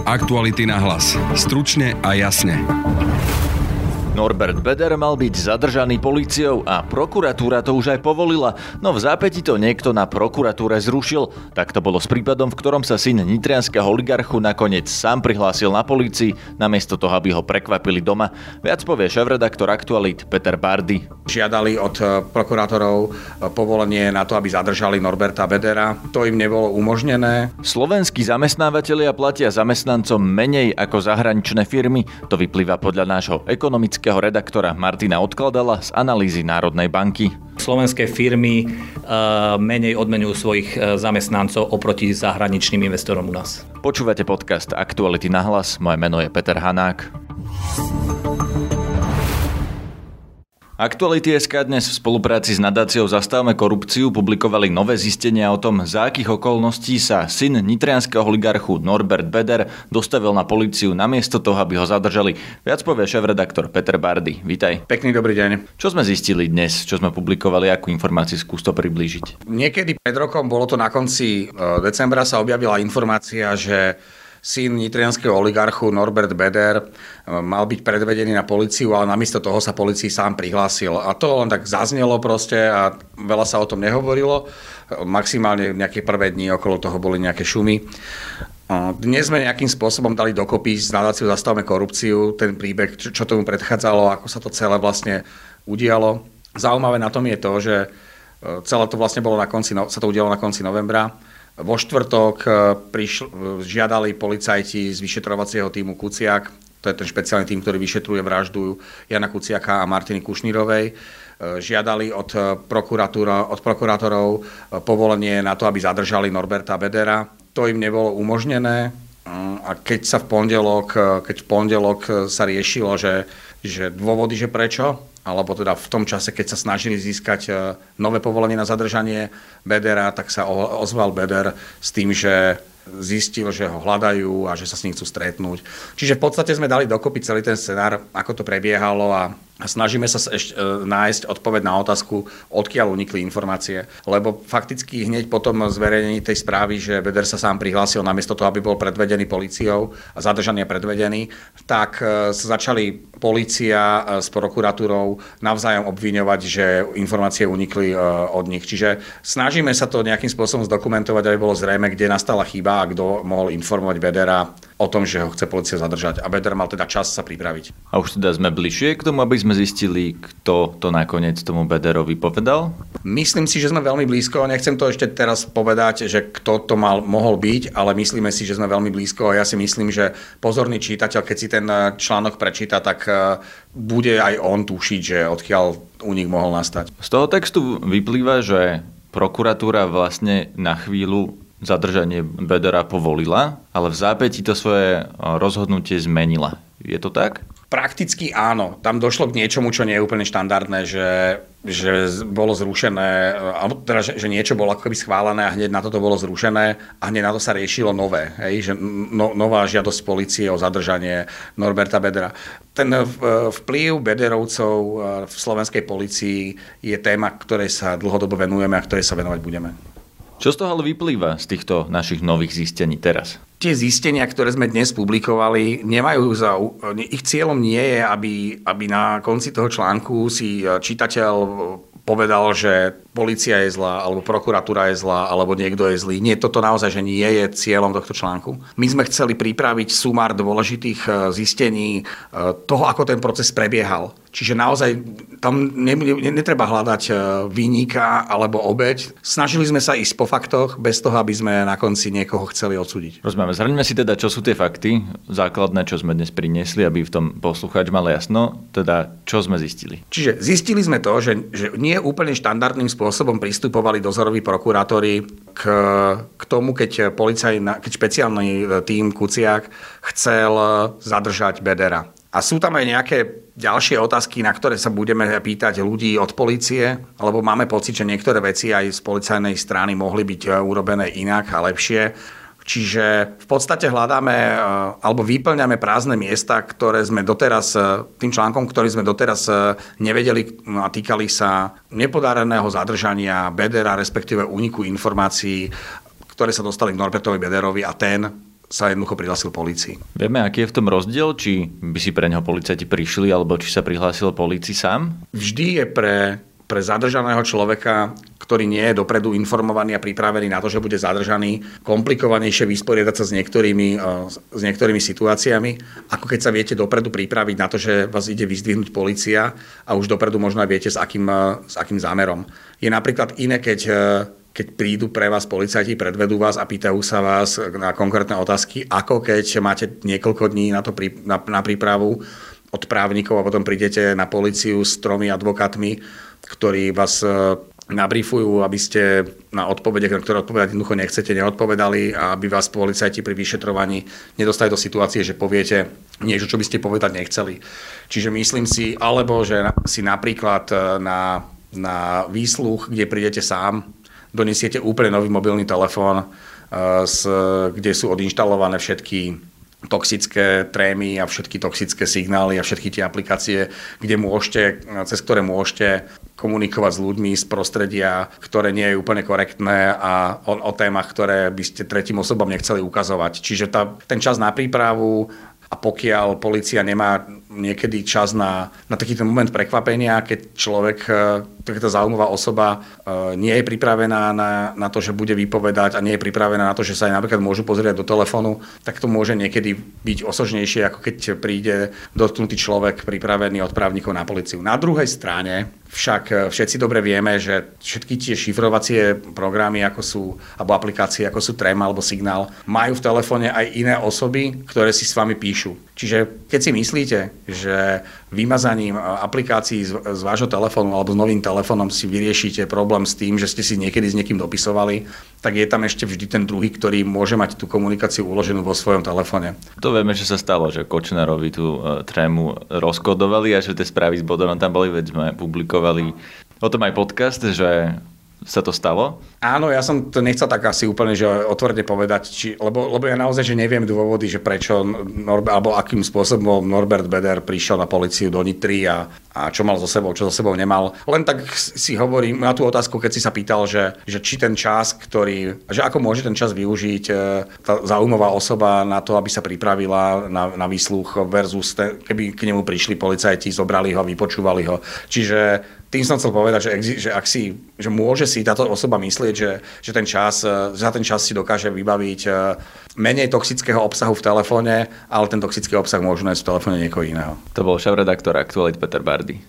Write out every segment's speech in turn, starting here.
Aktuality na hlas. Stručne a jasne. Norbert Beder mal byť zadržaný políciou a prokuratúra to už aj povolila, no v zápäti to niekto na prokuratúre zrušil. Tak to bolo s prípadom, v ktorom sa syn nitrianskeho oligarchu nakoniec sám prihlásil na polícii, namiesto toho, aby ho prekvapili doma. Viac povie šéfredaktor Aktualít Peter Bardy. Žiadali od prokurátorov povolenie na to, aby zadržali Norberta Bedera. To im nebolo umožnené. Slovenskí zamestnávatelia platia zamestnancom menej ako zahraničné firmy. To vyplýva podľa nášho ekonomického redaktora Martina Odkladala z analýzy Národnej banky. Slovenské firmy menej odmenujú svojich zamestnancov oproti zahraničným investorom u nás. Počúvate podcast Aktuality na hlas. Moje meno je Peter Hanák. Aktuality.sk dnes v spolupráci s nadáciou Zastavme korupciu publikovali nové zistenia o tom, za akých okolností sa syn nitrianskeho oligarchu Norbert Beder dostavil na políciu namiesto toho, aby ho zadržali. Viac povie šéfredaktor Peter Bardy. Vítaj. Pekný dobrý deň. Čo sme zistili dnes? Čo sme publikovali? Akú informáciu skús to priblížiť? Niekedy pred rokom, bolo to na konci decembra, sa objavila informácia, že syn nitrianskeho oligarchu Norbert Beder mal byť predvedený na políciu, ale namiesto toho sa polícii sám prihlásil. A to len tak zaznelo proste a veľa sa o tom nehovorilo. Maximálne nejaké prvé dni okolo toho boli nejaké šumy. Dnes sme nejakým spôsobom dali dokopy s nadáciou Zastavme korupciu ten príbeh, čo tomu predchádzalo, ako sa to celé vlastne udialo. Zaujímavé na tom je to, že celé to vlastne bolo sa to udialo na konci novembra. Vo štvrtok žiadali policajti z vyšetrovacieho tímu Kuciak, to je ten špeciálny tím, ktorý vyšetruje vraždu Jana Kuciaka a Martiny Kušnírovej, žiadali od prokurátorov povolenie na to, aby zadržali Norberta Bedera. To im nebolo umožnené a keď v pondelok sa riešilo, že dôvody, že prečo, alebo teda v tom čase, keď sa snažili získať nové povolenie na zadržanie Bedera, tak sa ozval Beder s tým, že zistil, že ho hľadajú a že sa s ním chcú stretnúť. Čiže v podstate sme dali dokopy celý ten scenár, ako to prebiehalo a snažíme sa nájsť odpoveď na otázku, odkiaľ unikli informácie. Lebo fakticky hneď potom zverejnení tej správy, že Beder sa sám prihlásil namiesto toho, aby bol predvedený políciou a zadržaný a predvedený, tak sa začali polícia s prokuratúrou navzájom obviňovať, že informácie unikli od nich. Čiže snažíme sa to nejakým spôsobom zdokumentovať, aby bolo zrejme, kde nastala chyba a kto mohol informovať Bedera o tom, že ho chce polícia zadržať. A Beder mal teda čas sa pripraviť. A už teda sme bližšie k tomu, aby sme zistili, kto to nakoniec tomu Bederovi povedal? Myslím si, že sme veľmi blízko. Nechcem to ešte teraz povedať, že kto to mohol byť, ale myslíme si, že sme veľmi blízko. A ja si myslím, že pozorný čítateľ, keď si ten článok prečíta, tak bude aj on tušiť, že odkiaľ únik mohol nastať. Z toho textu vyplýva, že prokuratúra vlastne na chvíľu zadržanie Bedera povolila, ale v zápäti to svoje rozhodnutie zmenila. Je to tak? Prakticky áno. Tam došlo k niečomu, čo nie je úplne štandardné, že bolo zrušené, alebo teda, že niečo bolo ako keby schválené a hneď na to bolo zrušené a hneď na to sa riešilo nové. Že nová žiadosť polície o zadržanie Norberta Bedera. Ten vplyv Bederovcov v slovenskej polícii je téma, ktorej sa dlhodobo venujeme a ktorej sa venovať budeme. Čo z toho ale vyplýva z týchto našich nových zistení teraz? Tie zistenia, ktoré sme dnes publikovali, ich cieľom nie je, aby na konci toho článku si čitateľ povedal, že polícia je zlá, alebo prokuratúra je zlá, alebo niekto je zlý. Nie, toto naozaj, že nie je cieľom tohto článku. My sme chceli pripraviť sumár dôležitých zistení toho, ako ten proces prebiehal. Čiže naozaj tam netreba hľadať vinníka alebo obeť. Snažili sme sa ísť po faktoch, bez toho, aby sme na konci niekoho chceli odsúdiť. Rozumieme. Zhrňme si teda, čo sú tie fakty základné, čo sme dnes priniesli, aby v tom poslucháč mal jasno. Teda, čo sme zistili? Čiže zistili sme to, že nie úplne štandardným spôsobom pristupovali dozoroví prokurátori k tomu, keď špeciálny tím Kuciak chcel zadržať Bedera. A sú tam aj nejaké ďalšie otázky, na ktoré sa budeme pýtať ľudí od polície, alebo máme pocit, že niektoré veci aj z policajnej strany mohli byť urobené inak a lepšie. Čiže v podstate hľadáme alebo vyplňame prázdne miesta, ktoré sme doteraz, tým článkom, ktorý sme doteraz nevedeli a týkali sa nepodareného zadržania Bedera, respektíve úniku informácií, ktoré sa dostali k Norbertovi Bederovi a ten sa jednoducho prihlásil polícii. Vieme, aký je v tom rozdiel? Či by si pre neho policajti prišli, alebo či sa prihlásil polícii sám? Vždy je pre zadržaného človeka, ktorý nie je dopredu informovaný a pripravený na to, že bude zadržaný, komplikovanejšie vysporiadať sa s niektorými situáciami, ako keď sa viete dopredu pripraviť na to, že vás ide vyzdvihnúť polícia a už dopredu možno aj viete, s akým zámerom. Je napríklad iné, keď prídu pre vás policajti, predvedú vás a pýtajú sa vás na konkrétne otázky, ako keď máte niekoľko dní na prípravu od právnikov a potom prídete na políciu s 3 advokátmi, ktorí vás nabriefujú, aby ste na odpovede, na ktoré odpovedať jednoducho nechcete, neodpovedali a aby vás policajti pri vyšetrovaní nedostali do situácie, že poviete niečo, čo by ste povedať nechceli. Čiže myslím si, alebo že si napríklad na výsluch, kde prídete sám, donesiete úplne nový mobilný telefón, kde sú odinštalované všetky toxické trémy a všetky toxické signály a všetky tie aplikácie, cez ktoré môžete komunikovať s ľuďmi z prostredia, ktoré nie je úplne korektné a o témach, ktoré by ste tretím osobom nechceli ukazovať. Čiže ten čas na prípravu a pokiaľ polícia nemá niekedy čas na takýto moment prekvapenia, keď takáto zaujímavá osoba nie je pripravená na to, že bude vypovedať a nie je pripravená na to, že sa aj napríklad môžu pozrieť do telefónu, tak to môže niekedy byť osožnejšie, ako keď príde dotknutý človek pripravený od právnikov na políciu. Na druhej strane však všetci dobre vieme, že všetky tie šifrovacie programy alebo aplikácie, ako sú Trem alebo Signál, majú v telefóne aj iné osoby, ktoré si s vami píšu. Čiže keď si myslíte, že vymazaním aplikácií z vášho telefónu alebo s novým telefónom si vyriešite problém s tým, že ste si niekedy s niekým dopisovali, tak je tam ešte vždy ten druhý, ktorý môže mať tú komunikáciu uloženú vo svojom telefóne. To vieme, že sa stalo, že Kočnerovi tú Trému rozkodovali a že tie správy s Bodorom tam boli, veď sme publikovali o tom aj podcast, že sa to stalo? Áno, ja som to nechcel tak asi úplne, že otvorene povedať, lebo ja naozaj, že neviem dôvody, že prečo alebo akým spôsobom Norbert Beder prišiel na políciu do Nitry a čo mal so sebou, čo so sebou nemal. Len tak si hovorím na tú otázku, keď si sa pýtal, že či ten čas, že ako môže ten čas využiť tá zaujímavá osoba na to, aby sa pripravila na výsluch versus keby k nemu prišli policajti, zobrali ho, vypočúvali ho. Čiže tým som chcel povedať, že môže si táto osoba myslieť, že za ten čas si dokáže vybaviť menej toxického obsahu v telefóne, ale ten toxický obsah môžu nájsť v telefóne niekoho iného. To bol šéfredaktor Aktualit Peter Bardy.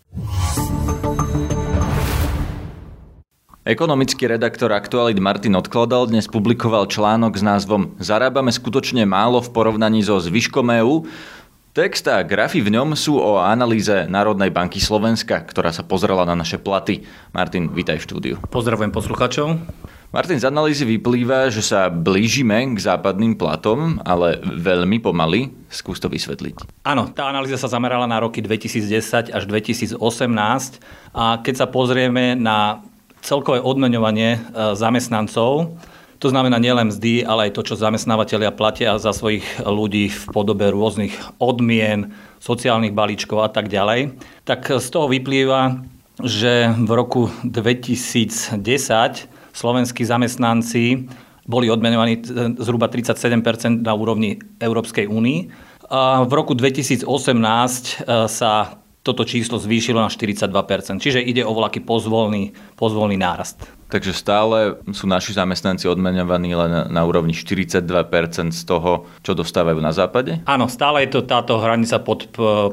Ekonomický redaktor Aktualit Martin Odkladal dnes publikoval článok s názvom Zarábame skutočne málo v porovnaní so zvyškom EÚ. Text a grafy v ňom sú o analýze Národnej banky Slovenska, ktorá sa pozrela na naše platy. Martin, vítaj v štúdiu. Pozdravujem poslucháčov. Martin, z analýzy vyplýva, že sa blížime k západným platom, ale veľmi pomaly. Skús to vysvetliť. Áno, tá analýza sa zamerala na roky 2010 až 2018 a keď sa pozrieme na celkové odmeňovanie zamestnancov, to znamená nielen mzdy, ale aj to, čo zamestnávateľia platia za svojich ľudí v podobe rôznych odmien, sociálnych balíčkov a tak ďalej. Tak z toho vyplýva, že v roku 2010 slovenskí zamestnanci boli odmenovaní zhruba 37% na úrovni Európskej únie. A v roku 2018 sa toto číslo zvýšilo na 42%. Čiže ide o voľaký pozvolný nárast. Takže stále sú naši zamestnanci odmeňovaní len na úrovni 42% z toho, čo dostávajú na západe? Áno, stále je to táto hranica pod 50%,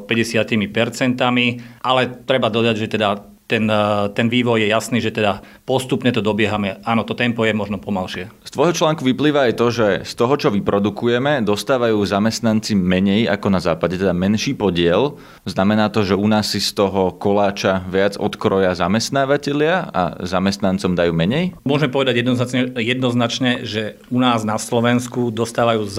ale treba dodať, že teda ten vývoj je jasný, že teda postupne to dobiehame. Áno, to tempo je možno pomalšie. Z tvojho článku vyplýva aj to, že z toho, čo vyprodukujeme, dostávajú zamestnanci menej ako na západe, teda menší podiel. Znamená to, že u nás si z toho koláča viac odkroja zamestnávateľia a zamestnancom dajú menej? Môžeme povedať jednoznačne, že u nás na Slovensku dostávajú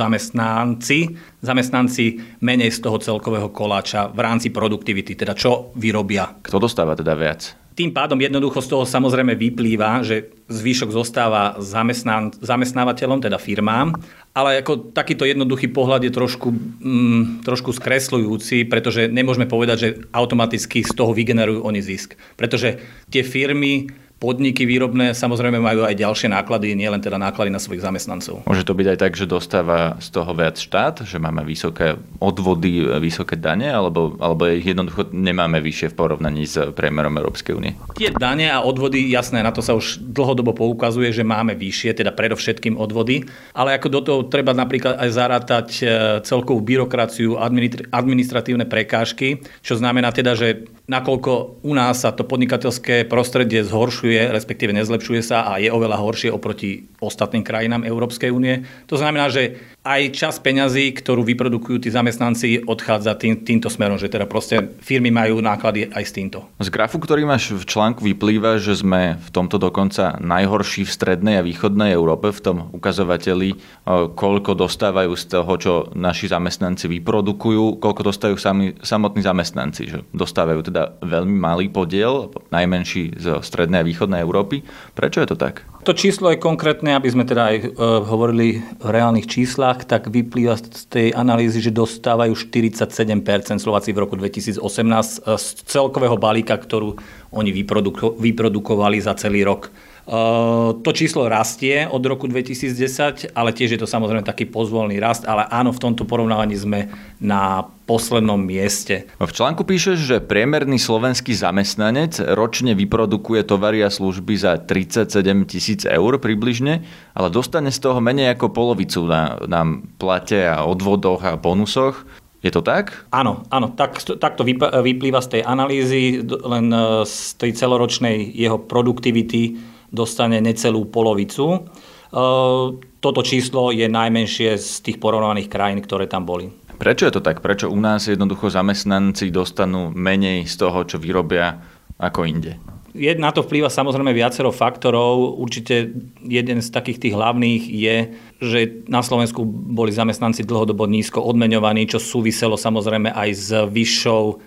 zamestnanci menej z toho celkového koláča v rámci produktivity, teda čo vyrobia. Kto dostáva teda viac? Tým pádom jednoducho z toho samozrejme vyplýva, že zvyšok zostáva zamestnávateľom, teda firmám, ale ako takýto jednoduchý pohľad je trošku skresľujúci, pretože nemôžeme povedať, že automaticky z toho vygenerujú oni zisk. Pretože tie firmy podniky výrobné samozrejme majú aj ďalšie náklady, nielen teda náklady na svojich zamestnancov. Môže to byť aj tak, že dostáva z toho viac štát, že máme vysoké odvody, vysoké dane, alebo ich jednoducho nemáme vyššie v porovnaní s priemerom Európskej únie? Tie dane a odvody, jasné, na to sa už dlhodobo poukazuje, že máme vyššie, teda predovšetkým odvody, ale ako do toho treba napríklad aj zarátať celkovú byrokraciu, administratívne prekážky, čo znamená teda, že nakoľko u nás sa to podnikateľské prostredie zhoršuje, respektíve nezlepšuje sa a je oveľa horšie oproti ostatným krajinám Európskej únie. To znamená, že aj časť peňazí, ktorú vyprodukujú tí zamestnanci, odchádza týmto smerom, že teda proste firmy majú náklady aj s týmto. Z grafu, ktorý máš v článku, vyplýva, že sme v tomto dokonca najhorší v strednej a východnej Európe v tom ukazovateli, koľko dostávajú z toho, čo naši zamestnanci vyprodukujú, koľko dostávajú samotní zamestnanci, že dostávajú teda veľmi malý podiel, najmenší z strednej a východnej Európy. Prečo je to tak? To číslo je konkrétne, aby sme teda aj hovorili o reálnych číslach, tak vyplýva z tej analýzy, že dostávajú 47% Slováci v roku 2018 z celkového balíka, ktorú oni vyprodukovali za celý rok. To číslo rastie od roku 2010, ale tiež je to samozrejme taký pozvolný rast, ale áno, v tomto porovnávaní sme na poslednom mieste. V článku píšeš, že priemerný slovenský zamestnanec ročne vyprodukuje tovary a služby za 37 000 eur približne, ale dostane z toho menej ako polovicu na plate a odvodoch a bonusoch. Je to tak? Áno, takto vyplýva z tej analýzy, len z tej celoročnej jeho produktivity dostane necelú polovicu. Toto číslo je najmenšie z tých porovnaných krajín, ktoré tam boli. Prečo je to tak? Prečo u nás jednoducho zamestnanci dostanú menej z toho, čo vyrobia, ako inde? Na to vplýva samozrejme viacero faktorov. Určite jeden z takých tých hlavných je, že na Slovensku boli zamestnanci dlhodobo nízko odmeňovaní, čo súviselo samozrejme aj s vyššou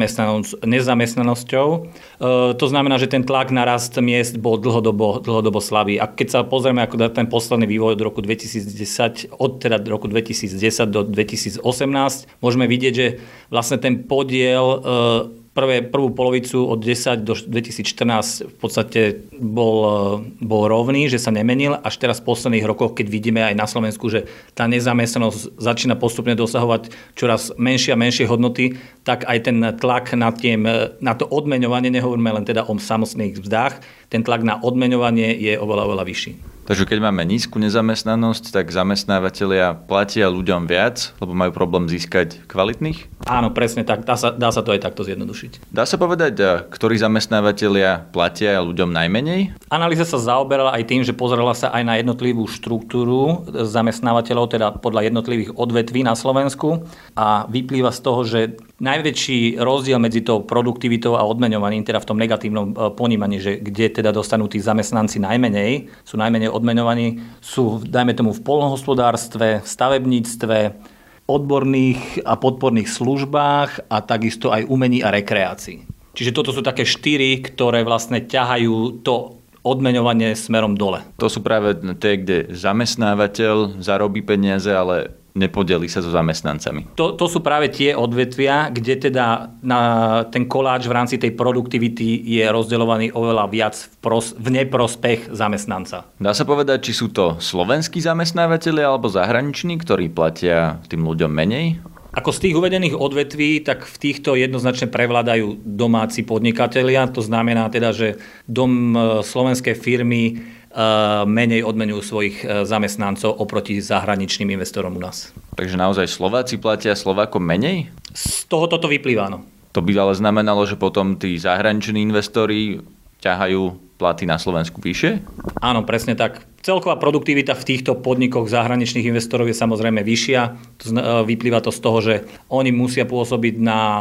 nezamestnanosťou. To znamená, že ten tlak na rast miest bol dlhodobo slabý. A keď sa pozrieme ako ten posledný vývoj od roku 2010, od roku 2010 do 2018, môžeme vidieť, že vlastne ten podiel prvú polovicu od 10 do 2014 v podstate bol rovný, že sa nemenil. Až teraz v posledných rokoch, keď vidíme aj na Slovensku, že tá nezamestnanosť začína postupne dosahovať čoraz menšie a menšie hodnoty, tak aj ten tlak na to odmeňovanie, nehovoríme len teda o samotných mzdách, ten tlak na odmeňovanie je oveľa vyšší. Takže keď máme nízku nezamestnanosť, tak zamestnávateľia platia ľuďom viac, lebo majú problém získať kvalitných? Áno, presne tak. Dá sa to aj takto zjednodušiť. Dá sa povedať, ktorí zamestnávateľia platia ľuďom najmenej? Analýza sa zaoberala aj tým, že pozerala sa aj na jednotlivú štruktúru zamestnávateľov, teda podľa jednotlivých odvetví na Slovensku. A vyplýva z toho, že najväčší rozdiel medzi tou produktivitou a odmeňovaním, teda v tom negatívnom ponímaní, že kde teda dostanú tí zamestnanci najmenej, sú najmenej odmeňovaní, sú, dajme tomu, v poľnohospodárstve, v stavebníctve, odborných a podporných službách a takisto aj umení a rekreácii. Čiže toto sú také 4, ktoré vlastne ťahajú to odmeňovanie smerom dole. To sú práve tie, kde zamestnávateľ zarobí peniaze, ale nepodelí sa so zamestnancami. To sú práve tie odvetvia, kde teda ten koláč v rámci tej produktivity je rozdeľovaný oveľa viac v neprospech zamestnanca. Dá sa povedať, či sú to slovenskí zamestnávateľi alebo zahraniční, ktorí platia tým ľuďom menej? Ako z tých uvedených odvetví, tak v týchto jednoznačne prevládajú domáci podnikatelia. To znamená teda, že slovenské firmy menej odmenujú svojich zamestnancov oproti zahraničným investorom u nás. Takže naozaj Slováci platia Slovákom menej? Z toho toto vyplýva, no. To by ale znamenalo, že potom tí zahraniční investori ťahajú platy na Slovensku vyššie? Áno, presne tak. Celková produktivita v týchto podnikoch zahraničných investorov je samozrejme vyššia. Vyplýva to z toho, že oni musia pôsobiť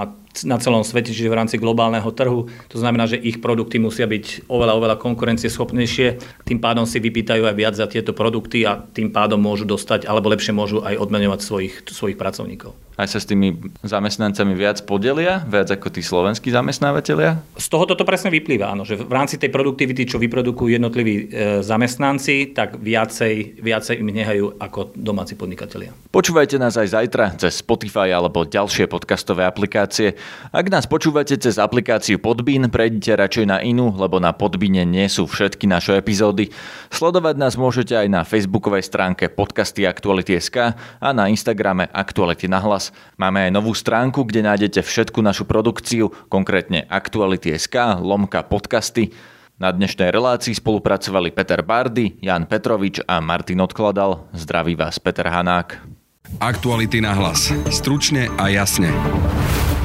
na celom svete, čiže v rámci globálneho trhu. To znamená, že ich produkty musia byť oveľa konkurencieschopnejšie. Tým pádom si vypýtajú aj viac za tieto produkty a tým pádom môžu dostať, alebo lepšie môžu aj odmeňovať svojich pracovníkov. Aj sa s tými zamestnancami viac podelia? Viac ako tí slovenskí zamestnávateľia? Z toho toto presne vyplýva, áno, že v rámci tej produktivity, čo vyprodukujú jednotliví zamestnanci, tak viacej im nehajú ako domáci podnikatelia. Počúvajte nás aj zajtra cez Spotify alebo ďalšie podcastové aplikácie. Ak nás počúvate cez aplikáciu Podbean, prejdite radšej na inú, lebo na Podbeane nie sú všetky naše epizódy. Sledovať nás môžete aj na facebookovej stránke podcasty Aktuality.sk a na Instagrame Aktuality na hlas. Máme aj novú stránku, kde nájdete všetku našu produkciu, konkrétne Aktuality.sk/podcasty. Na dnešnej relácii spolupracovali Peter Bardy, Jan Petrovič a Martin Odkladal. Zdraví vás Peter Hanák. Aktuality na hlas. Stručne a jasne.